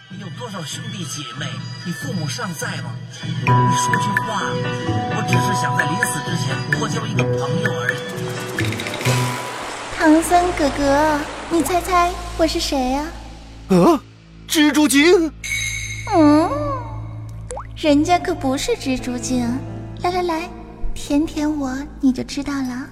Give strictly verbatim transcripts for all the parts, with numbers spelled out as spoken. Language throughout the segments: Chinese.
你有多少兄弟姐妹？你父母尚在吗？你说句话，我只是想在临死之前多交一个朋友而已。 唐僧哥哥，你猜猜我是谁呀、 啊？呃，蜘蛛精。 嗯，人家可不是蜘蛛精。来来来，舔舔我，你就知道了。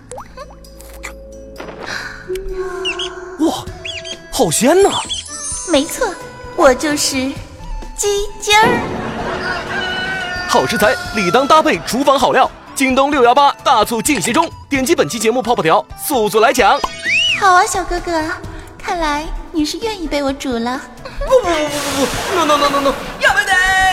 哇，好鲜呐！ 没错，我就是鸡精儿。 好食材理当搭配厨房好料，京东六一八大促进行中，点击本期节目泡泡条，速速来抢。 好啊，小哥哥，看来你是愿意被我煮了。 不不不不不 ，no no no no no， 要不得！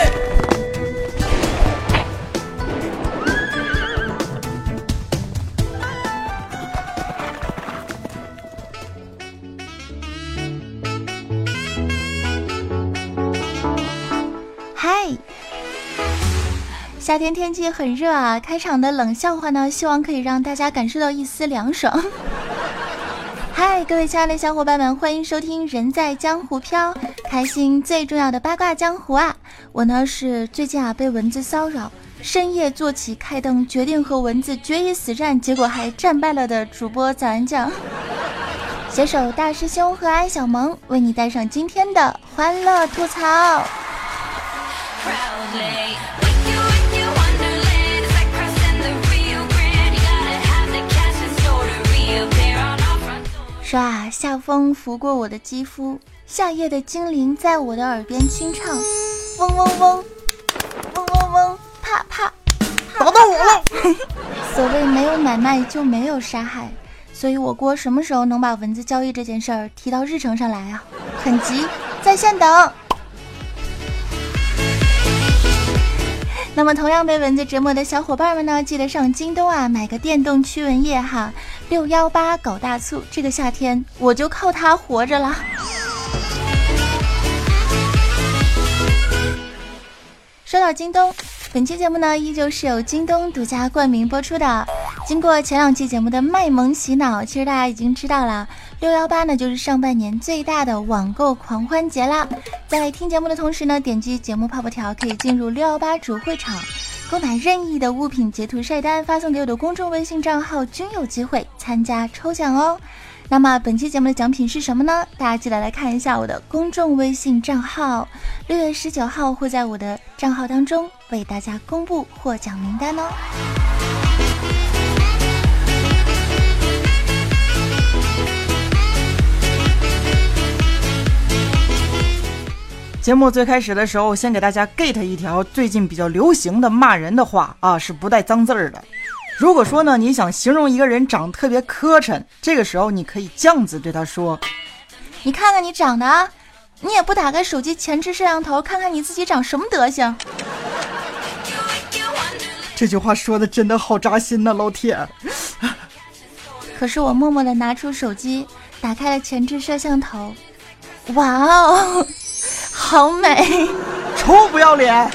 嗨，夏天天气很热啊，开场的冷笑话呢，希望可以让大家感受到一丝凉爽。嗨，各位亲爱的小伙伴们，欢迎收听人在江湖飘，开心最重要的八卦江湖啊！我呢是最近啊被蚊子骚扰，深夜坐起开灯，决定和蚊子决一死战，结果还战败了的主播早安酱。携手大师兄和蔼小萌，为你带上今天的欢乐吐槽。说啊，夏风拂过我的肌肤，夏夜的精灵在我的耳边轻唱，嗡嗡嗡，嗡嗡嗡，啪啪， 打到我了。 所谓没有买卖就没有杀害，所以我国什么时候能把蚊子交易这件事儿提到日程上来啊？很急，在线等。那么同样被蚊子折磨的小伙伴们呢，记得上京东啊买个电动驱蚊液哈，六一八搞大促，这个夏天我就靠它活着了。说到京东，本期节目呢依旧是由京东独家冠名播出的。经过前两期节目的卖萌洗脑，其实大家已经知道了，六一八呢就是上半年最大的网购狂欢节啦。在听节目的同时呢，点击节目泡泡条可以进入六一八主会场，购买任意的物品，截图晒单发送给我的公众微信账号，均有机会参加抽奖哦。那么本期节目的奖品是什么呢？大家记得来看一下我的公众微信账号，六月十九号会在我的账号当中为大家公布获奖名单哦。 节目最开始的时候，先给大家 get 一条最近比较流行的骂人的话啊，是不带脏字儿的。如果说呢，你想形容一个人长得特别磕碜，这个时候你可以这样子对他说： 你看看你长得啊，你也不打开手机前置摄像头看看你自己长什么德行。 这句话说的真的好扎心呐、啊，老铁。 可是我默默地拿出手机，打开了前置摄像头，哇哦，好美， 臭不要脸。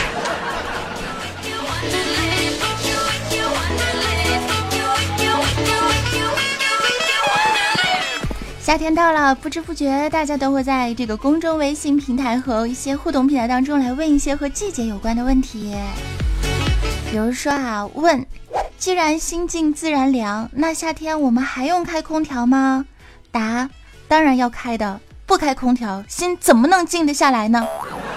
夏天到了，不知不觉大家都会在这个公众微信平台和一些互动平台当中来问一些和季节有关的问题。比如说啊，问既然心静自然凉，那夏天我们还用开空调吗？答，当然要开的，不开空调心怎么能静得下来呢？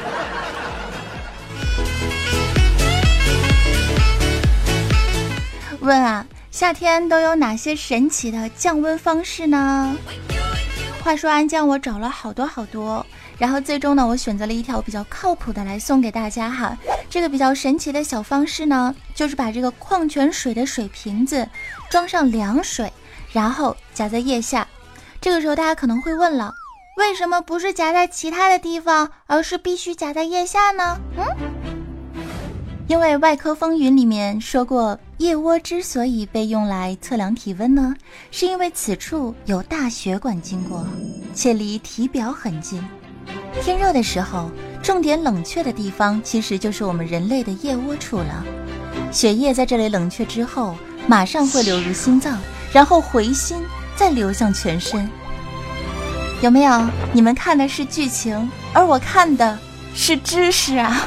问啊，夏天都有哪些神奇的降温方式呢？话说安酱我找了好多好多，然后最终呢我选择了一条比较靠谱的来送给大家哈。这个比较神奇的小方式呢，就是把这个矿泉水的水瓶子装上凉水，然后夹在腋下。这个时候大家可能会问了，为什么不是夹在其他的地方，而是必须夹在腋下呢？嗯，因为外科风云里面说过，腋窝之所以被用来测量体温呢，是因为此处有大血管经过，且离体表很近。天热的时候，重点冷却的地方其实就是我们人类的腋窝处了。血液在这里冷却之后，马上会流入心脏，然后回心，再流向全身。 有没有？你们看的是剧情，而我看的是知识啊。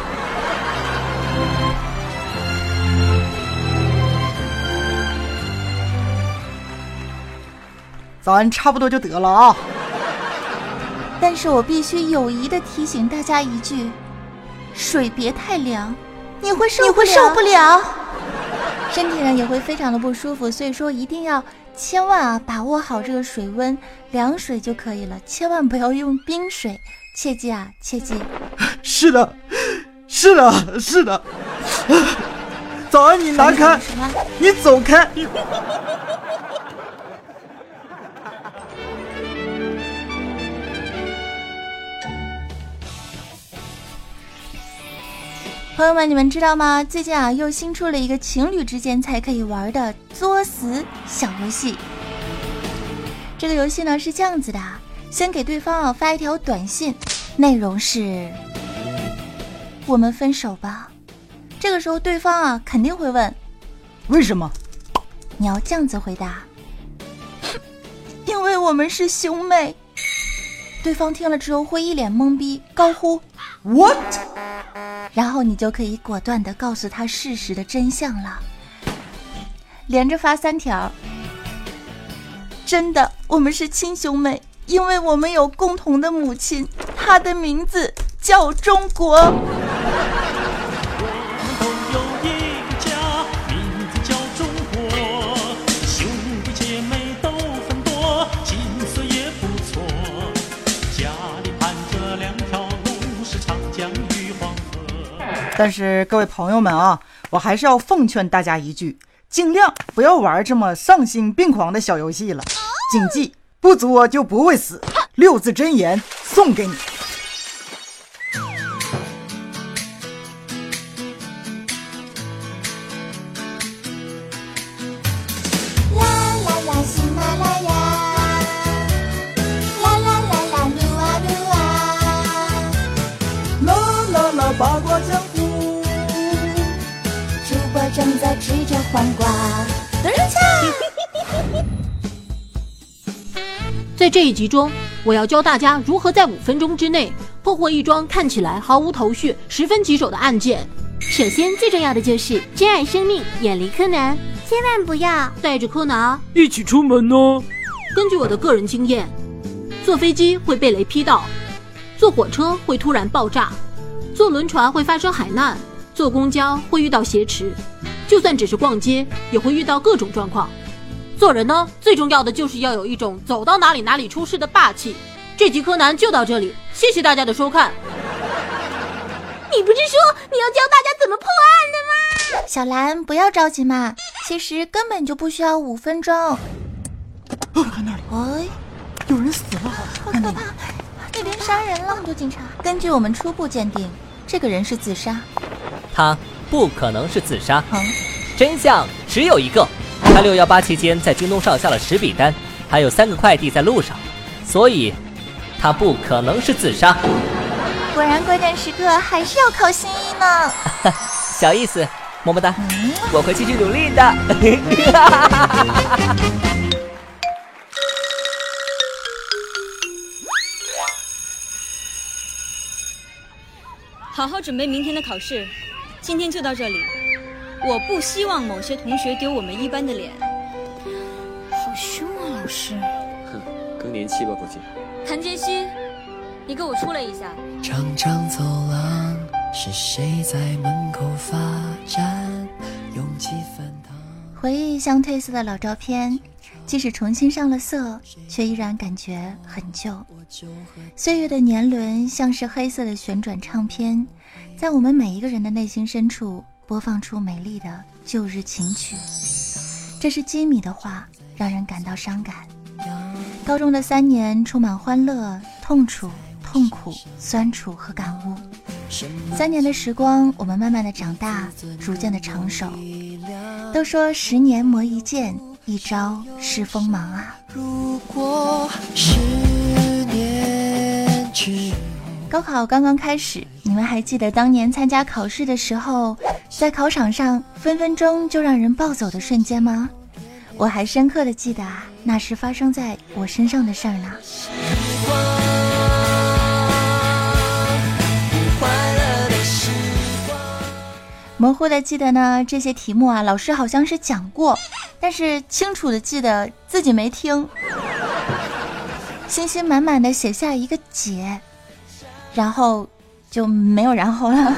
咱差不多就得了啊。 但是我必须友谊的提醒大家一句，水别太凉，你会受不了，你会受不了，身体呢也会非常的不舒服。所以说一定要千万啊把握好这个水温，凉水就可以了，千万不要用冰水，切记啊，切记。 是的，是的，是的。早安，你拿开，你走开。 朋友们，你们知道吗？最近啊，又新出了一个情侣之间才可以玩的作死小游戏。这个游戏呢是这样子的，先给对方啊发一条短信，内容是“我们分手吧”。这个时候对方啊肯定会问：“ 为什么？” 你要这样子回答：“因为我们是兄妹。”对方听了之后会一脸懵逼，高呼 What？ 然后你就可以果断地告诉他事实的真相了。连着发三条，真的，我们是亲兄妹，因为我们有共同的母亲，她的名字叫中国。 但是各位朋友们啊，我还是要奉劝大家一句，尽量不要玩这么丧心病狂的小游戏了。谨记，不作就不会死，六字真言送给你。八卦江湖， 主播正在吃着黄瓜。 在这一集中，我要教大家如何在五分钟之内破获一桩看起来毫无头绪、十分棘手的案件。首先，最重要的就是珍爱生命，远离柯南，千万不要带着柯南一起出门哦。 根据我的个人经验，坐飞机会被雷劈到，坐火车会突然爆炸，坐轮船会发生海难，坐公交会遇到挟持，就算只是逛街也会遇到各种状况。做人呢，最重要的就是要有一种走到哪里哪里出事的霸气。这集柯南就到这里，谢谢大家的收看。你不是说你要教大家怎么破案的吗？ 小兰，不要着急嘛，其实根本就不需要五分钟。 哦，看那里， 哎， 有人死了， 好可怕！那边杀人了，那么多警察。根据我们初步鉴定，这个人是自杀。 他不可能是自杀， 嗯， 真相只有一个。他六一八期间在京东上下了十笔单，还有三个快递在路上，所以他不可能是自杀。 果然，关键时刻还是要靠心意呢。 小意思，么么哒， 嗯、 我会继续努力的。 好好准备明天的考试，今天就到这里。我不希望某些同学丢我们一班的脸。好凶啊，老师！ 哼，更年期吧，估计。 谭杰希，你给我出来一下。 长长走廊，是谁在门口发展？勇气翻腾。 回忆像褪色的老照片，即使重新上了色，却依然感觉很旧。岁月的年轮像是黑色的旋转唱片，在我们每一个人的内心深处播放出美丽的旧日情曲。这是基米的话，让人感到伤感。高中的三年充满欢乐、痛楚、痛苦、酸楚和感悟。三年的时光，我们慢慢的长大，逐渐的成熟。都说十年磨一剑，一朝试锋芒啊。如果十年之高考刚刚开始，你们还记得当年参加考试的时候，在考场上分分钟就让人暴走的瞬间吗？我还深刻的记得啊，那是发生在我身上的事儿呢。 模糊的记得呢，这些题目啊，老师好像是讲过，但是清楚的记得自己没听。信心满满的写下一个解，然后就没有然后了。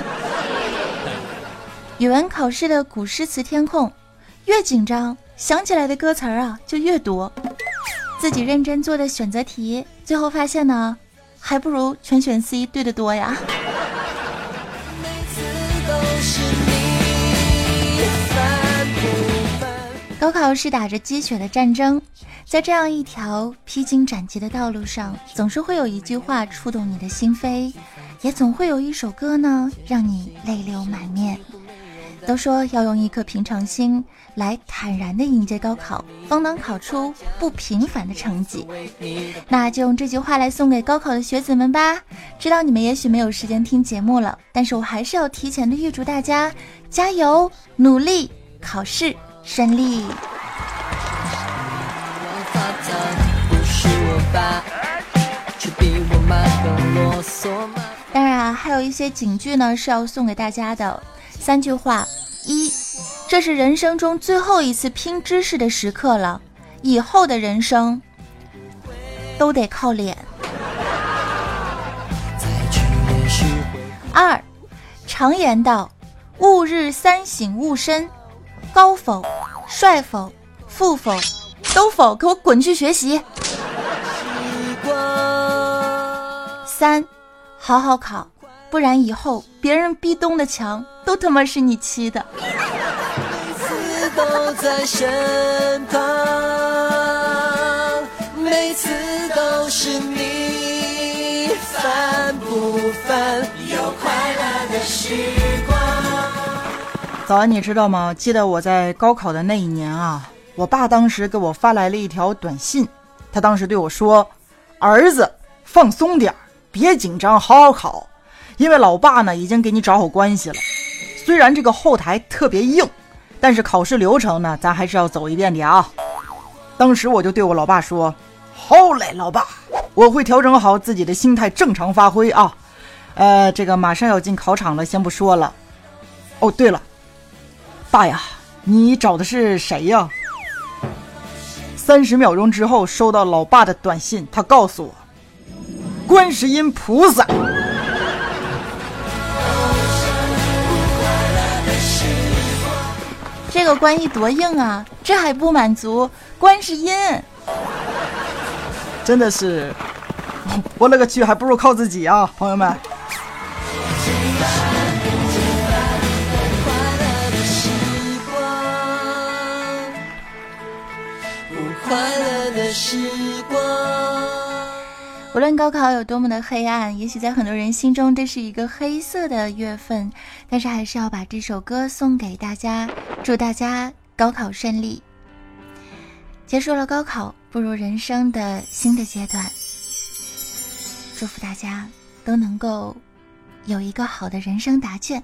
语文考试的古诗词填空，越紧张想起来的歌词儿啊就越多。自己认真做的选择题，最后发现呢，还不如全选 C 对得多呀。高考是打着鸡血的战争，在这样一条披荆斩棘的道路上，总是会有一句话触动你的心扉，也总会有一首歌呢让你泪流满面。都说要用一颗平常心来坦然地迎接高考，方能考出不平凡的成绩。那就用这句话来送给高考的学子们吧。知道你们也许没有时间听节目了，但是我还是要提前的预祝大家加油努力，考试顺利。当然啊，还有一些警句呢是要送给大家的。三句话：一，这是人生中最后一次拼知识的时刻了，以后的人生都得靠脸。二，常言道，吾日三省吾身，高否、帅否、富否、都否，给我滚去学习。三，好好考，不然以后别人壁咚的墙都他妈是你砌的。 每次都在身旁，每次都是你，烦不烦？有快乐的时光。 早安，你知道吗？记得我在高考的那一年啊，我爸当时给我发来了一条短信，他当时对我说：“儿子，放松点，别紧张，好好考。因为老爸呢已经给你找好关系了，虽然这个后台特别硬，但是考试流程呢咱还是要走一遍的啊。”当时我就对我老爸说：“好嘞，老爸，我会调整好自己的心态，正常发挥啊。呃，这个马上要进考场了，先不说了。哦，对了，爸呀，你找的是谁呀？”三十秒钟之后收到老爸的短信，他告诉我：“观世音菩萨。” 这个关系多硬啊，这还不满足，观世音真的是，我勒个去，还不如靠自己啊，朋友们。 无论高考有多么的黑暗，也许在很多人心中这是一个黑色的月份，但是还是要把这首歌送给大家，祝大家高考顺利。结束了高考，步入人生的新的阶段，祝福大家都能够有一个好的人生答卷。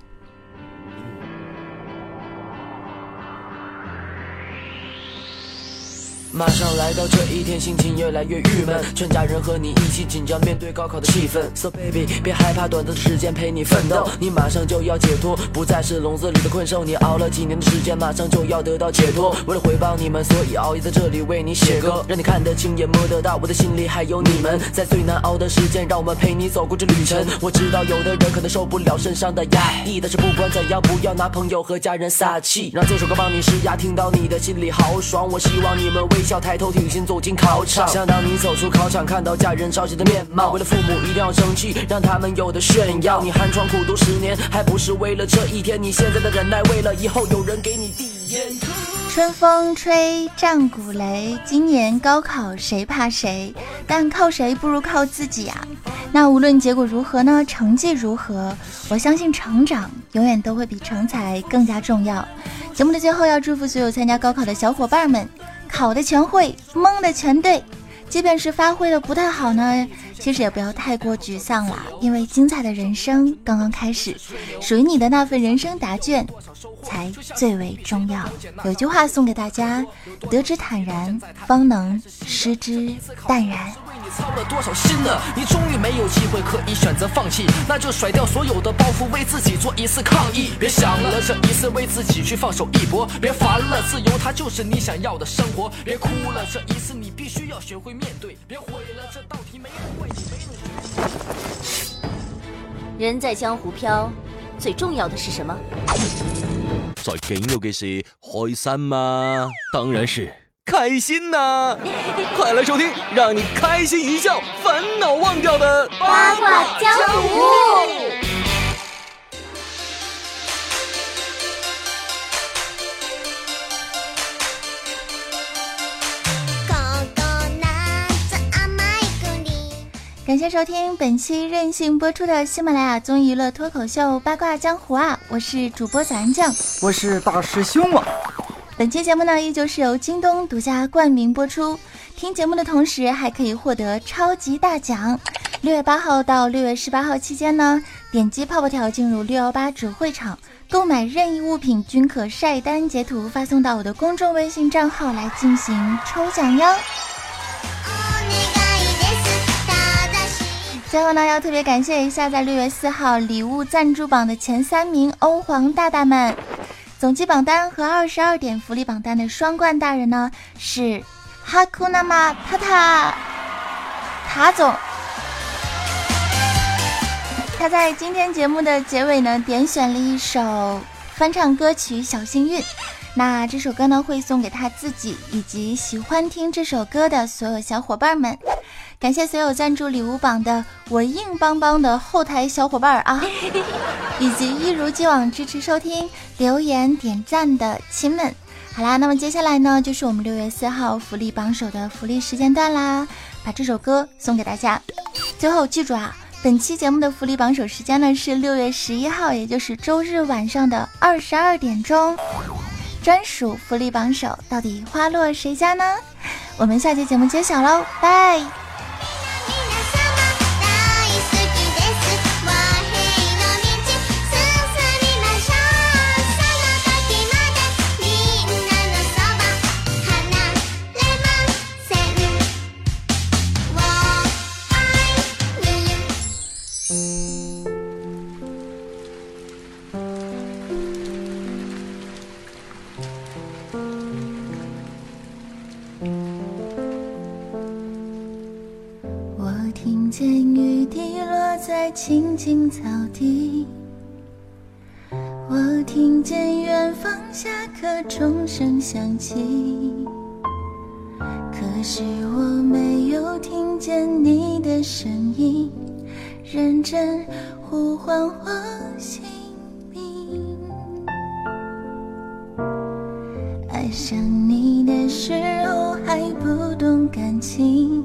马上来到这一天，心情越来越郁闷，全家人和你一起紧张面对高考的气氛。 So baby 别害怕，短暂的时间陪你奋斗，你马上就要解脱，不再是笼子里的困兽。你熬了几年的时间，马上就要得到解脱。为了回报你们，所以熬夜在这里为你写歌，让你看得清也摸得到，我的心里还有你们。在最难熬的时间，让我们陪你走过这旅程。我知道有的人可能受不了身上的压抑，但是不管怎样，不要拿朋友和家人撒气，让这首歌帮你施压，听到你的心里豪爽。我希望你们微笑抬头挺心走进考场，想当你走出考场，看到家人着急的面貌。为了父母一定要争气，让他们有的炫耀。你寒窗苦读十年，还不是为了这一天？你现在的忍耐，为了以后有人给你递烟。 春风吹，战鼓擂，今年高考谁怕谁？但靠谁不如靠自己啊！那无论结果如何呢，成绩如何，我相信成长永远都会比成才更加重要。节目的最后，要祝福所有参加高考的小伙伴们，考的全会，蒙的全对。即便是发挥的不太好呢，其实也不要太过沮丧啦，因为精彩的人生刚刚开始，属于你的那份人生答卷才最为重要。有句话送给大家：得之坦然，方能失之淡然。 操了多少心呢？你终于没有机会可以选择放弃，那就甩掉所有的包袱，为自己做一次抗议。别想了，这一次为自己去放手一搏。别烦了，自由它就是你想要的生活。别哭了，这一次你必须要学会面对。别毁了，这道题没人会，你没人学。 人在江湖飘，最重要的是什么？ 最緊要嘅是開心嗎？當然是開心呐、啊！快來收聽，讓你開心一笑，煩惱忘掉的八卦江湖。 感谢收听本期任性播出的喜马拉雅综艺娱乐脱口秀《八卦江湖》啊，我是主播小安酱， 我是大师兄啊。 本期节目呢，依旧是由京东独家冠名播出。听节目的同时，还可以获得超级大奖。六月八号到六月十八号期间呢，点击泡泡条进入六一八主会场，购买任意物品均可晒单截图发送到我的公众微信账号来进行抽奖哟。最后呢，要特别感谢一下在六月四号礼物赞助榜的前三名欧皇大大们。总计榜单和二十二点福利榜单的双冠大人呢是哈库纳玛塔塔塔总。他在今天节目的结尾呢点选了一首翻唱歌曲《小幸运》，那这首歌呢会送给他自己以及喜欢听这首歌的所有小伙伴们。感谢所有赞助礼物榜的我硬邦邦的后台小伙伴啊，以及一如既往支持收听留言点赞的亲们。好啦，那么接下来呢就是我们六月四号福利榜首的福利时间段啦，把这首歌送给大家。最后记住啊，本期节目的福利榜首时间呢是六月十一号，也就是周日晚上的二十二点钟，专属福利榜首到底花落谁家呢？我们下期节目揭晓喽，拜。听见雨滴落在青青草地，我听见远方下课钟声响起，可是我没有听见你的声音，认真呼唤我姓名。爱上你的时候还不懂感情，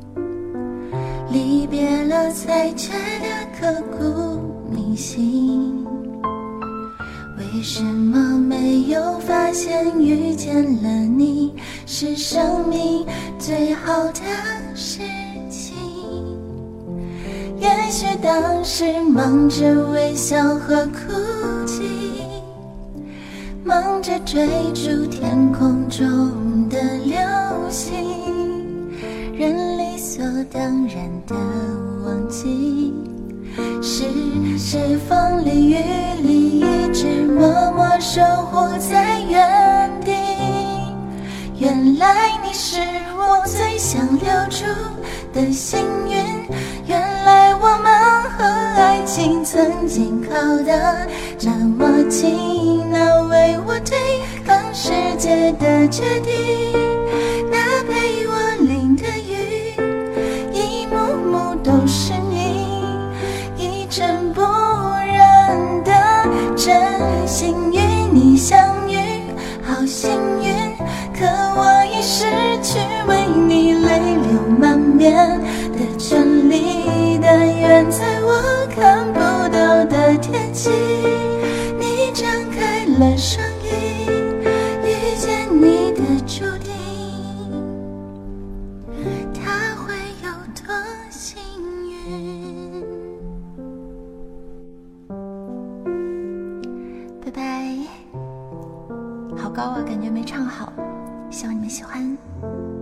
离别了才觉得刻骨铭心，为什么没有发现遇见了你是生命最好的事情？也许当时忙着微笑和哭泣，忙着追逐天空中的流星，人理所当然的忘记，是谁风里雨里一直默默守护在原地。原来你是我最想留住的幸运，原来我们和爱情曾经靠得那么近，那为我对抗世界的决定，那陪我淋的雨，一幕幕都是你，一尘不染的真心与你相遇，好幸运，可我已失去为你泪流满面的权利，但愿在我看不到的天际，你张开了双翼，遇见你的注定，他会有多幸运。拜拜。好高啊，感觉没唱好，希望你们喜欢。